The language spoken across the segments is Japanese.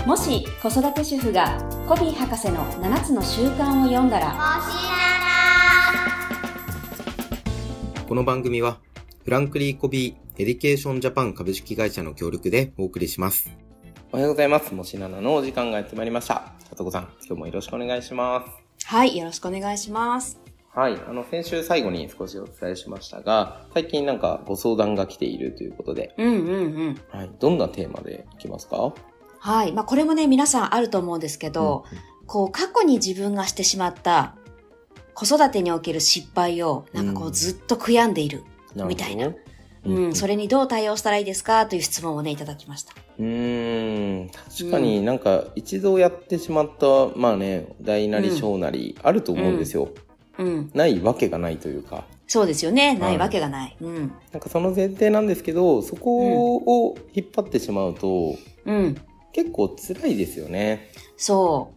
もし子育て主婦がコビー博士の7つの習慣を読んだら。 この番組はフランクリー・コビー・エディケーション・ジャパン株式会社の協力でお送りします。おはようございます。もしななのお時間がやってまいりました。さとこさん、今日もよろしくお願いします。 はい、よろしくお願いします。 はい、先週最後に少しお伝えしましたが、最近なんかご相談が来ているということで、はい、どんなテーマでいきますか？ はい、これもね、皆さんあると思うんですけど、過去に自分がしてしまった子育てにおける失敗をずっと悔やんでいるみたいな。それにどう対応したらいいですかという質問をね、いただきました。 確かになんか一度やってしまった、大なり小なりあると思うんですよ。ないわけがないというか。そうですよね。ないわけがない。なんかその前提なんですけど、そこを引っ張ってしまうと、結構辛いですよね。 そう。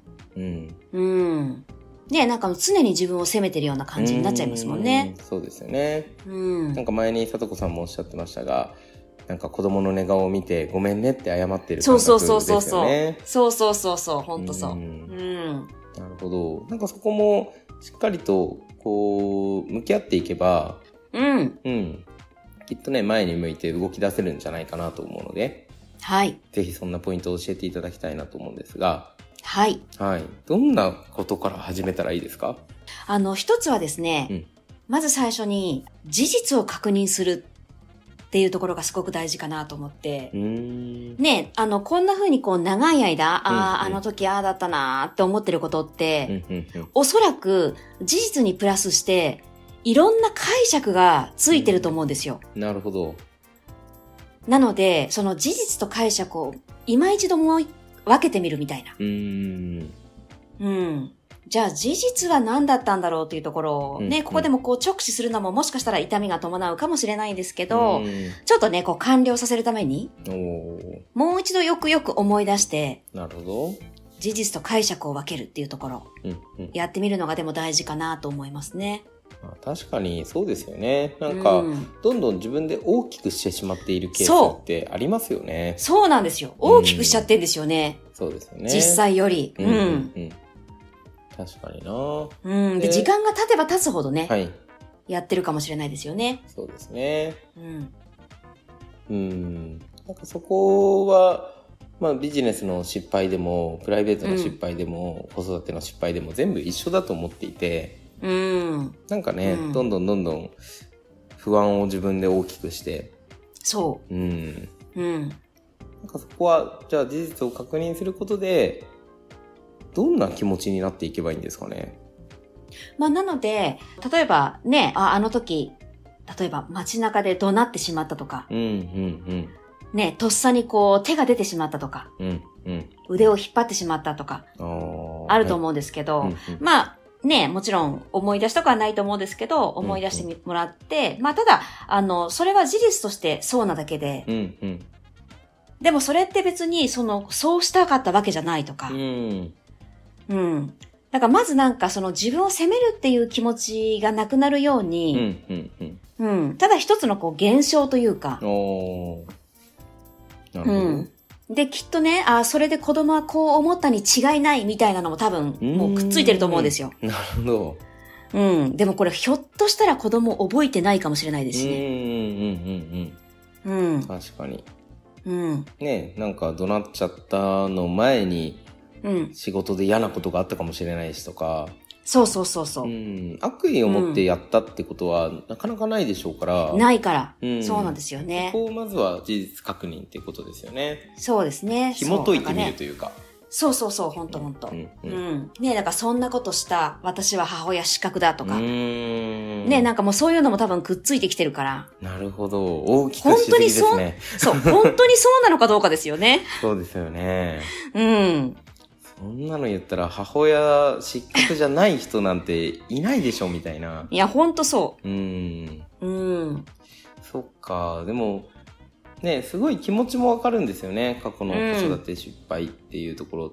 ね、なんか常に自分を責めてるような感じになっちゃいますもんね。 そうですよね。なんか前にさとこさんもおっしゃってましたが、なんか子供の寝顔を見てごめんねって謝ってる感覚ですよね。 そう、ほんとそう。 なるほど。なんかそこもしっかりと向き合っていけば、きっとね、前に向いて動き出せるんじゃないかなと思うので、はい。ぜひそんなポイントを教えていただきたいなと思うんですが、はい。どんなことから始めたらいいですか？ 一つはですね、まず最初に事実を確認するっていうところがすごく大事かなと思って。ね、こんな風に長い間、あの時ああだったなーって思ってることって、おそらく事実にプラスして、いろんな解釈がついてると思うんですよ。 なるほど。 なので、その事実と解釈を今一度もう分けてみるみたいな。じゃあ事実は何だったんだろうというところをね、ここでも直視するのももしかしたら痛みが伴うかもしれないんですけど、ちょっとね、完了させるために、もう一度よくよく思い出して、 なるほど。 事実と解釈を分けるっていうところ、やってみるのがでも大事かなと思いますね。 確かにそうですよね。なんか、どんどん自分で大きくしてしまっているケースってありますよね。 そうなんですよ。大きくしちゃってんですよね。 そうですよね。 実際より。 確かにな。 で、時間が経てば経つほどね、やってるかもしれないですよね。 そうですね。なんかそこは、ビジネスの失敗でも、プライベートの失敗でも、子育ての失敗でも全部一緒だと思っていて、なんかね、どんどん不安を自分で大きくして。そう。なんかそこは、じゃあ事実を確認することで、どんな気持ちになっていけばいいんですかね。 なので、例えばね、あの時、例えば街中で怒鳴ってしまったとか、ね、とっさに手が出てしまったとか、腕を引っ張ってしまったとか、あると思うんですけど、ね、もちろん思い出したくはないと思うんですけど、思い出してもらって、ただ、それは事実としてそうなだけで、でもそれって別に、そうしたかったわけじゃないとか、だからまずなんか自分を責めるっていう気持ちがなくなるように、ただ一つの現象というか、なるほど。で、きっとね、それで子供はこう思ったに違いないみたいなのも多分、もうくっついてると思うんですよ。 なるほど。 でもこれひょっとしたら子供覚えてないかもしれないですしね。 確かに。ね、なんか怒鳴っちゃったの前に、仕事で嫌なことがあったかもしれないしとか。 そう。 悪意を持ってやったってことは、なかなかないでしょうから。 ないから。そうなんですよね。 そこをまずは事実確認っていうことですよね。 そうですね。 紐解いてみるというか。 そう、ほんと。ね、だからそんなことした私は母親失格だとか。ね、なんかもうそういうのも多分くっついてきてるから。 なるほど。大きくしすぎですね。 本当にそうなのかどうかですよね。 そうですよね。そんなの言ったら母親失格じゃない人なんていないでしょみたいな。 いや、ほんとそう。 そっか。でも、ね、すごい気持ちもわかるんですよね。過去の子育て失敗っていうところって。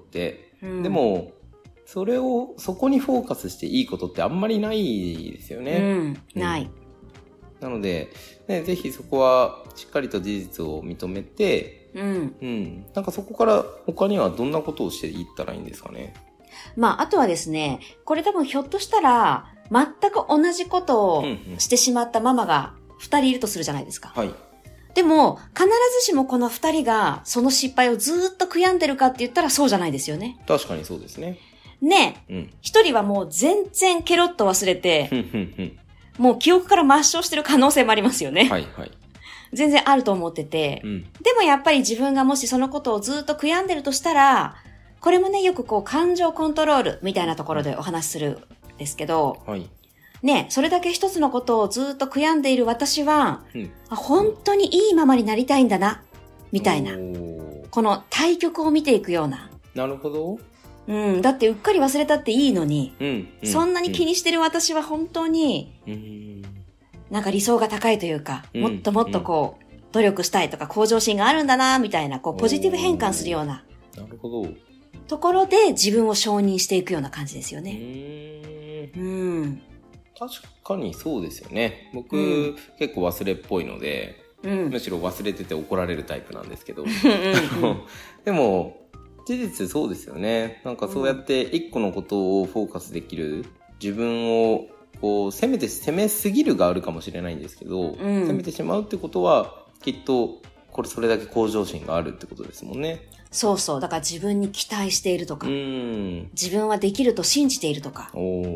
でも、そこにフォーカスしていいことってあんまりないですよね。 ない。 なので、ね、ぜひそこはしっかりと事実を認めて、なんかそこから他にはどんなことをしていったらいいんですかね。 あとはですね、これ多分ひょっとしたら、全く同じことをしてしまったママが2人いるとするじゃないですか。 はい。 でも、必ずしもこの2人がその失敗をずっと悔やんでるかって言ったらそうじゃないですよね。 確かにそうですね。 ねえ、一人はもう全然ケロッと忘れて、もう記憶から抹消してる可能性もありますよね。 はいはい。 全然あると思ってて、でもやっぱり自分がもしそのことをずっと悔やんでるとしたら、これもね、よく感情コントロールみたいなところでお話しするんですけど、ね、それだけ一つのことをずっと悔やんでいる私は、本当にいいママになりたいんだな、みたいな。この対極を見ていくような。 なるほど。 だってうっかり忘れたっていいのに、そんなに気にしてる私は本当に、なんか理想が高いというか、もっともっと努力したいとか向上心があるんだな、みたいな、ポジティブ変換するような。 なるほど。 ところで自分を承認していくような感じですよね。 確かにそうですよね。僕、結構忘れっぽいので、むしろ忘れてて怒られるタイプなんですけど。でも、事実そうですよね。なんかそうやって一個のことをフォーカスできる、自分を責めすぎるがあるかもしれないんですけど、責めてしまうってことは、きっと、それだけ向上心があるってことですもんね。 そうそう。だから自分に期待しているとか、自分はできると信じているとか。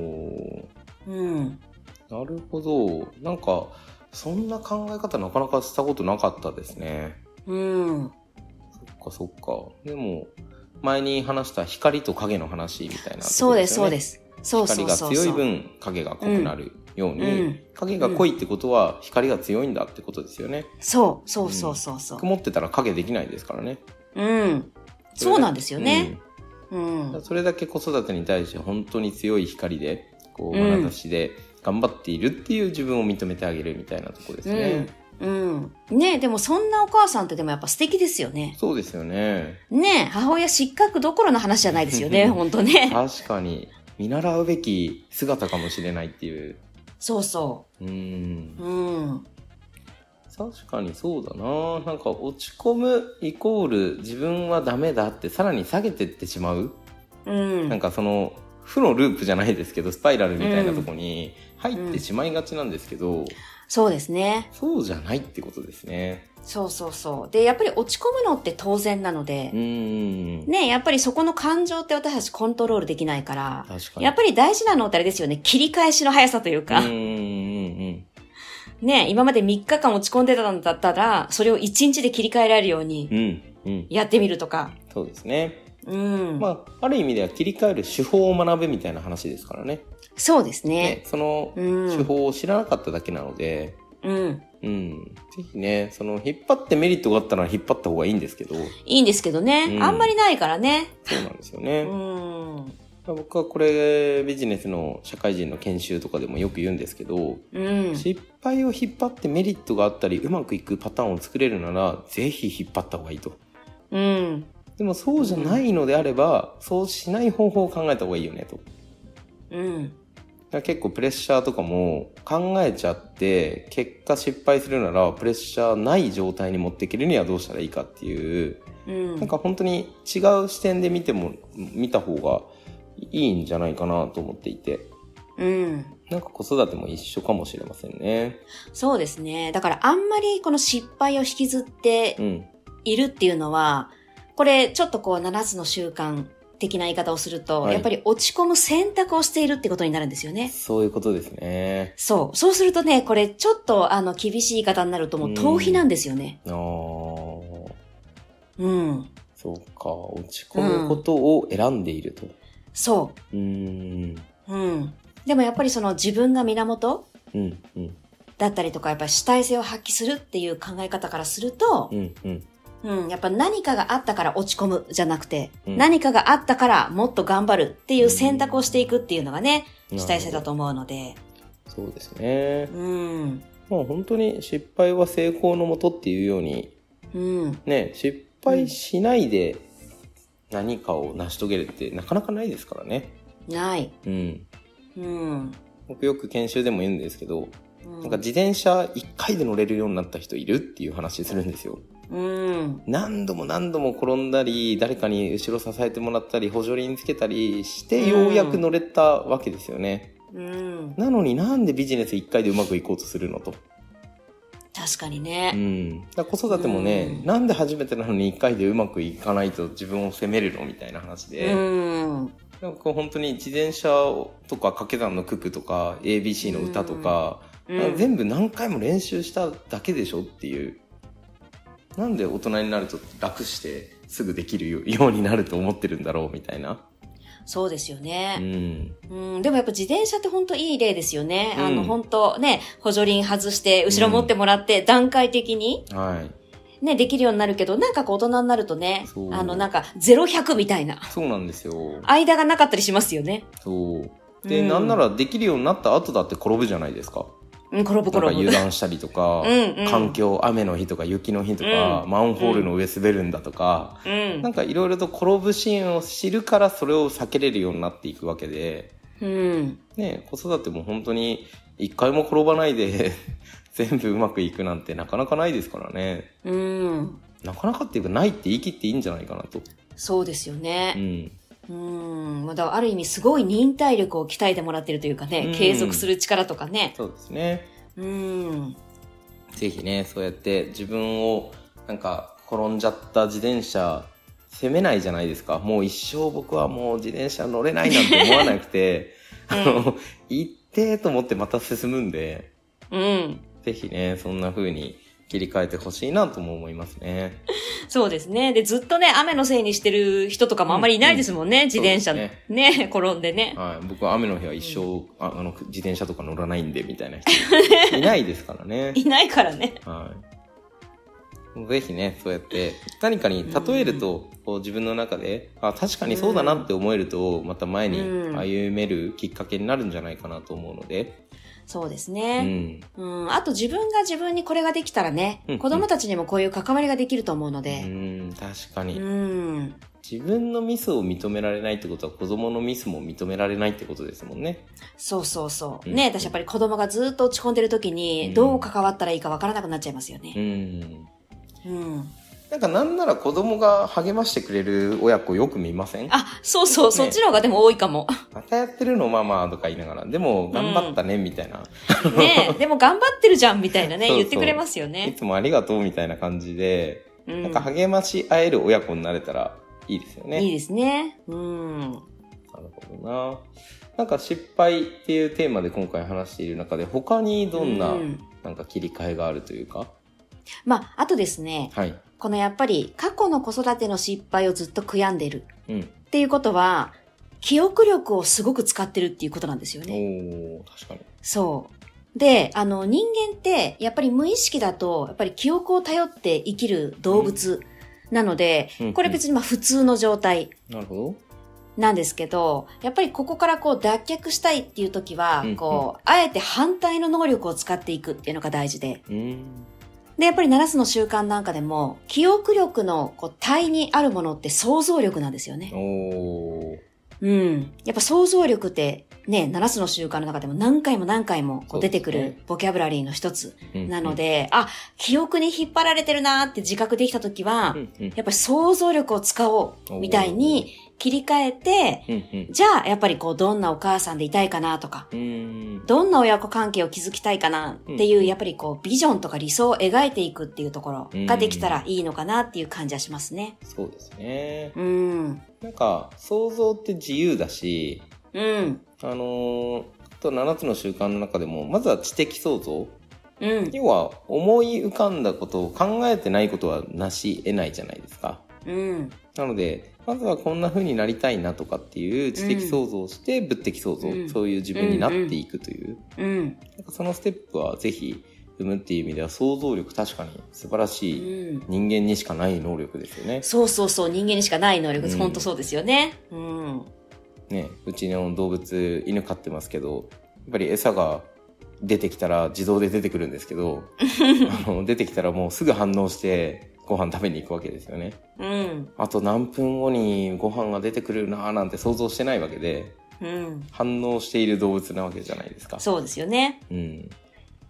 なるほど。なんか、そんな考え方なかなかしたことなかったですね。そっか。でも、前に話した光と影の話みたいなところですよね。そうです。光が強い分、影が濃くなるように、影が濃いってことは、光が強いんだってことですよね。 そう。 曇ってたら影できないですからね。 そうなんですよね。 それだけ子育てに対して本当に強い光で、眼差しで頑張っているっていう自分を認めてあげるみたいなところですね。 ねえ、でもそんなお母さんってでもやっぱ素敵ですよね。 そうですよね。 ねえ、母親失格どころの話じゃないですよね、本当ね。 確かに。見習うべき姿かもしれないっていう。 そうそう。 確かにそうだな。なんか落ち込むイコール自分はダメだってさらに下げてってしまう。なんかその負のループじゃないですけど、スパイラルみたいなとこに入ってしまいがちなんですけど、 そうですね。 そうじゃないってことですね。 そう。で、やっぱり落ち込むのって当然なので、ね、やっぱりそこの感情って私たちコントロールできないから、やっぱり大事なのってあれですよね、切り返しの速さというか。ね、今まで3日間落ち込んでたんだったら、それを1日で切り替えられるように、やってみるとか。 そうですね。ある意味では切り替える手法を学ぶみたいな話ですからね。 そうですね。 その手法を知らなかっただけなので、ぜひね、引っ張ってメリットがあったら引っ張った方がいいんですけど。 いいんですけどね。あんまりないからね。 そうなんですよね。僕はこれビジネスの社会人の研修とかでもよく言うんですけど、失敗を引っ張ってメリットがあったりうまくいくパターンを作れるならぜひ引っ張った方がいいと。でもそうじゃないのであれば、そうしない方法を考えた方がいいよねと。結構プレッシャーとかも考えちゃって結果失敗するならプレッシャーない状態に持っていけるにはどうしたらいいかっていう、なんか本当に違う視点で見た方がいいんじゃないかなと思っていて。なんか子育ても一緒かもしれませんね。 そうですね。だからあんまりこの失敗を引きずっているっていうのは、これちょっと7つの習慣的な言い方をすると、やっぱり落ち込む選択をしているってことになるんですよね。 そういうことですね。 そうするとね、これちょっと厳しい言い方になるともう逃避なんですよね。 そうか、落ち込むことを選んでいると。 そう。でもやっぱり自分が源、だったりとか、やっぱり主体性を発揮するっていう考え方からすると、やっぱ何かがあったから落ち込むじゃなくて、何かがあったからもっと頑張るっていう選択をしていくっていうのがね、主体性だと思うので。 そうですね。もう本当に失敗は成功のもとっていうように、ね、失敗しないで何かを成し遂げるってなかなかないですからね。 ない。 僕よく研修でも言うんですけど、 なんか自転車1回で乗れるようになった人いるっていう話するんですよ。何度も何度も転んだり、誰かに後ろ支えてもらったり、補助輪つけたりしてようやく乗れたわけですよね。なのになんでビジネス1回でうまくいこうとするのと。 確かにね。 だから子育てもね、なんで初めてなのに1回でうまくいかないと自分を責めるのみたいな話で。なんか本当に自転車とか掛け算の九九とか ABC の歌とか、全部何回も練習しただけでしょっていう。なんで大人になると楽してすぐできるようになると思ってるんだろうみたいな。 そうですよね。でもやっぱ自転車って本当いい例ですよね。本当ね、補助輪外して後ろ持ってもらって段階的に。ね、できるようになるけど、なんかこう大人になるとね、なんか0-100みたいな。 そうなんですよ。 間がなかったりしますよね。 そう。で、なんならできるようになった後だって転ぶじゃないですか。 転ぶ。 なんか油断したりとか、環境、雨の日とか雪の日とか、マンホールの上滑るんだとか、なんかいろいろと転ぶシーンを知るからそれを避けれるようになっていくわけで、ね、子育ても本当に一回も転ばないで全部うまくいくなんてなかなかないですからね。なかなかっていうかないって言い切っていいんじゃないかなと。 そうですよね。だからある意味すごい忍耐力を鍛えてもらってるというかね、継続する力とかね。 そうですね。ぜひね、そうやって自分をなんか転んじゃった自転車責めないじゃないですか。もう一生僕はもう自転車乗れないなんて思わなくて、行ってと思ってまた進むんで、ぜひね、そんな風に切り替えてほしいなとも思いますね。 そうですね。で、ずっとね、雨のせいにしてる人とかもあんまりいないですもんね、自転車ね、転んでね。 僕は雨の日は一生、自転車とか乗らないんで、みたいな人いないですからね。 いないからね。 ぜひね、そうやって何かに例えると、こう自分の中で、確かにそうだなって思えると、また前に歩めるきっかけになるんじゃないかなと思うので、 そうですね。あと自分が自分にこれができたらね、子供たちにもこういう関わりができると思うので。 確かに。自分のミスを認められないってことは子供のミスも認められないってことですもんね。 そうそうそう。ね、私やっぱり子供がずっと落ち込んでる時に、どう関わったらいいかわからなくなっちゃいますよね。 なんかなんなら子供が励ましてくれる親子よく見ません？ そうそう、そっちの方がでも多いかも。 またやってるのママとか言いながら、でも頑張ったねみたいな。 ねでも頑張ってるじゃんみたいなね、言ってくれますよね。 いつもありがとうみたいな感じで、なんか励まし合える親子になれたらいいですよね。 いいですね。 なるほどな。なんか失敗っていうテーマで今回話している中で、他にどんな、なんか切り替えがあるというか。 あとですね。このやっぱり過去の子育ての失敗をずっと悔やんでるっていうことは、記憶力をすごく使ってるっていうことなんですよね。 確かに。 そう。で、人間ってやっぱり無意識だと、やっぱり記憶を頼って生きる動物なので、これ別に普通の状態。 なるほど。 なんですけど、やっぱりここからこう脱却したいっていう時は、あえて反対の能力を使っていくっていうのが大事で。で、やっぱり7つの習慣なんかでも、記憶力の対にあるものって想像力なんですよね。やっぱ想像力ってね、7つの習慣の中でも何回も何回も出てくるボキャブラリーの一つなので、記憶に引っ張られてるなーって自覚できたときは、やっぱり想像力を使おうみたいに切り替えて、じゃあやっぱりどんなお母さんでいたいかなとか、どんな親子関係を築きたいかなっていう、やっぱりビジョンとか理想を描いていくっていうところができたらいいのかなっていう感じはしますね。 そうですね。なんか想像って自由だし、7つの習慣の中でも、まずは知的想像。要は、思い浮かんだことを考えてないことはなし得ないじゃないですか。なので、まずはこんな風になりたいなとかっていう知的想像をして、物的想像、そういう自分になっていくという。なんかそのステップはぜひ踏むっていう意味では、想像力確かに素晴らしい人間にしかない能力ですよね。 そうそうそう、人間にしかない能力です。本当そうですよね。 ね、うちの動物、犬飼ってますけど、やっぱり餌が出てきたら自動で出てくるんですけど、出てきたらもうすぐ反応してご飯食べに行くわけですよね。あと何分後にご飯が出てくるなーなんて想像してないわけで、反応している動物なわけじゃないですか。 そうですよね。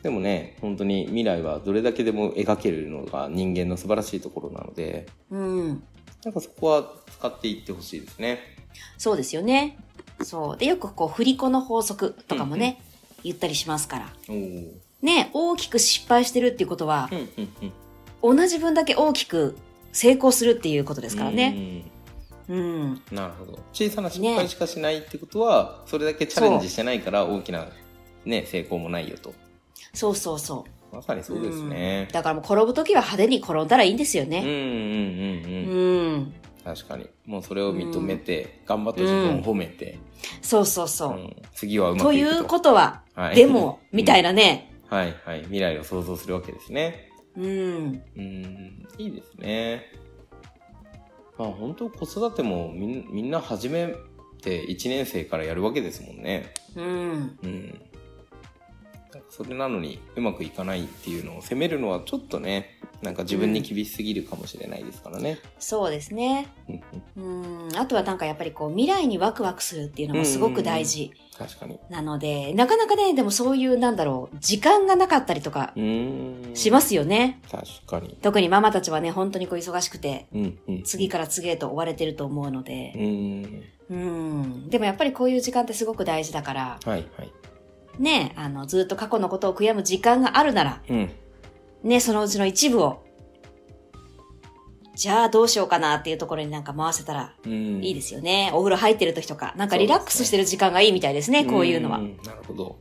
でもね、本当に未来はどれだけでも描けるのが人間の素晴らしいところなので、なんかそこは使っていってほしいですね。 そうですよね。そう。で、よくこう、振り子の法則とかもね、言ったりしますから。ね、大きく失敗してるっていうことは、同じ分だけ大きく成功するっていうことですからね。 なるほど。小さな失敗しかしないってことは、それだけチャレンジしてないから大きなね、成功もないよと。 そうそうそう。 まさにそうですね。 だからもう転ぶときは派手に転んだらいいんですよね。 確かに。もうそれを認めて、頑張って自分を褒めて。 そうそうそう。 次はうまくいくと。 ということは、でも、みたいなね。 はいはい。未来を想像するわけですね。いいですね。まあ本当子育てもみんな初めて1年生からやるわけですもんね。なんかそれなのにうまくいかないっていうのを責めるのはちょっとね、なんか自分に厳しすぎるかもしれないですからね。 そうですね。あとはなんかやっぱりこう未来にワクワクするっていうのもすごく大事。 確かに。 なので、なかなかね、でもそういう時間がなかったりとかしますよね。 確かに。 特にママたちはね、本当にこう忙しくて、次から次へと追われてると思うので。でもやっぱりこういう時間ってすごく大事だから。ね、ずっと過去のことを悔やむ時間があるなら、ね、そのうちの一部を、じゃあどうしようかなっていうところになんか回せたらいいですよね。お風呂入ってる時とか、なんかリラックスしてる時間がいいみたいですね、こういうのは。 なるほど。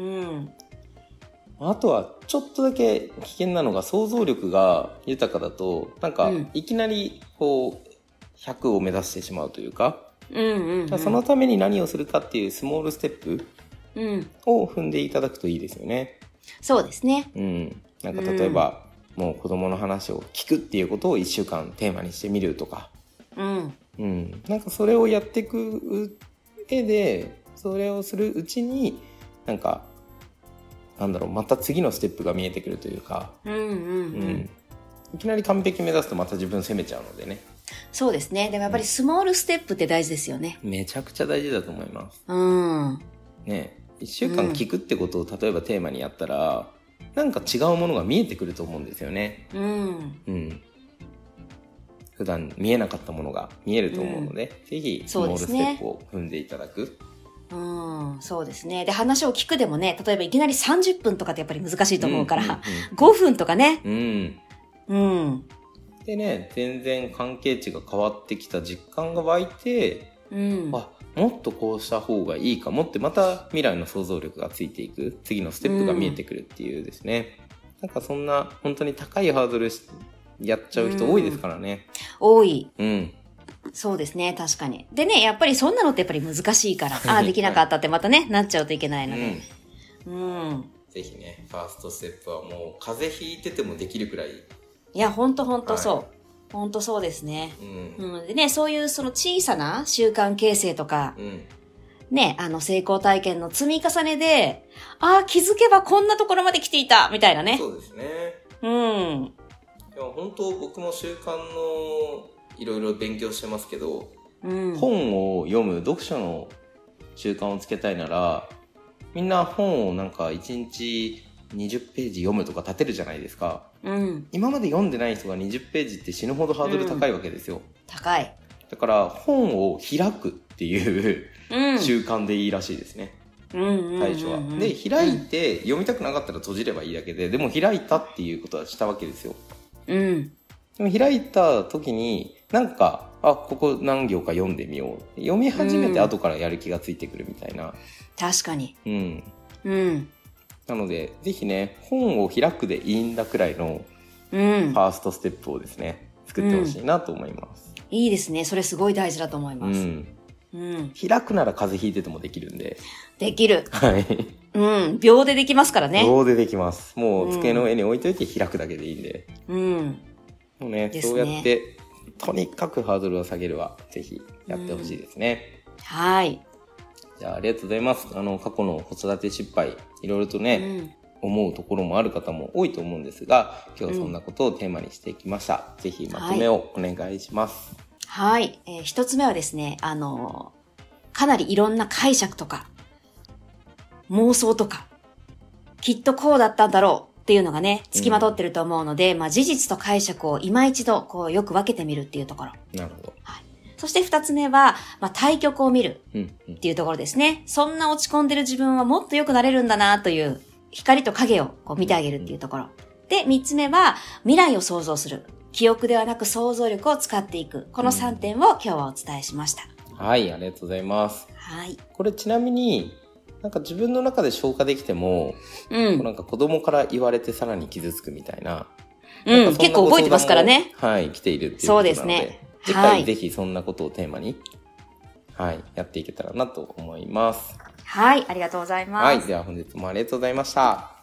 あとは、ちょっとだけ危険なのが想像力が豊かだと、なんか、いきなり、こう、100を目指してしまうというか、そのために何をするかっていうスモールステップを踏んでいただくといいですよね。 そうですね。 なんか例えば、もう子供の話を聞くっていうことを1週間テーマにしてみるとか。なんかそれをやっていく上で、それをするうちに、なんか、また次のステップが見えてくるというか。いきなり完璧目指すとまた自分責めちゃうのでね。 そうですね。でもやっぱりスモールステップって大事ですよね。 めちゃくちゃ大事だと思います。ね、1週間聞くってことを例えばテーマにやったら、なんか違うものが見えてくると思うんですよね。普段見えなかったものが見えると思うので、ぜひスモールステップを踏んでいただく。 そうですね。で、話を聞くでもね、例えばいきなり30分とかってやっぱり難しいと思うから、5分とかね。 でね、全然関係値が変わってきた実感が湧いて、もっとこうした方がいいかもってまた未来の想像力がついていく、次のステップが見えてくるっていうですね。なんかそんな本当に高いハードルやっちゃう人多いですからね。 多い。そうですね、確かに。でね、やっぱりそんなのってやっぱり難しいから、できなかったってまたね、なっちゃうといけないので。 ぜひね、ファーストステップはもう風邪ひいててもできるくらい。 いや、ほんとそう。ほんとそうですね。でね、そういうその小さな習慣形成とか、ね、成功体験の積み重ねで、気づけばこんなところまで来ていたみたいなね。 そうですね。いや、本当僕も習慣のいろいろ勉強してますけど、本を読む読書の習慣をつけたいなら、みんな本をなんか1日20ページ読むとか立てるじゃないですか。今まで読んでない人が20ページって死ぬほどハードル高いわけですよ。 高い。 だから本を開くっていう習慣でいいらしいですね。最初は。で、開いて読みたくなかったら閉じればいいだけで、でも開いたっていうことはしたわけですよ。でも開いた時に、なんか、ここ何行か読んでみよう。読み始めて後からやる気がついてくるみたいな。 確かに。 なので、ぜひね、本を開くでいいんだくらいの、ファーストステップをですね、作ってほしいなと思います。 いいですね。それすごい大事だと思います。 開くなら風邪ひいててもできるんで。 できる。秒でできますからね。 秒でできます。もう机の上に置いといて開くだけでいいんで。もうね、そうやって、とにかくハードルを下げるは、ぜひやってほしいですね。 はい。 じゃあ、ありがとうございます。過去の子育て失敗、いろいろとね、思うところもある方も多いと思うんですが、今日はそんなことをテーマにしてきました。ぜひまとめをお願いします。 はい。一つ目はですね、かなりいろんな解釈とか、妄想とか、 きっとこうだったんだろうっていうのがね、付きまとってると思うので、事実と解釈を今一度、よく分けてみるっていうところ。 なるほど。 はい。そして2つ目は、対局を見るっていうところですね。そんな落ち込んでる自分はもっと良くなれるんだなという、光と影を見てあげるっていうところ。で、3つ目は、未来を想像する。記憶ではなく想像力を使っていく。この3点を今日はお伝えしました。 はい、ありがとうございます。 はい。 これちなみに、なんか自分の中で消化できても、なんか子供から言われてさらに傷つくみたいな。 結構覚えてますからね。 はい、来ているっていうことなので。 そうですね。 次回ぜひそんなことをテーマに、はい、やっていけたらなと思います。 はい、ありがとうございます。 はい、では本日もありがとうございました。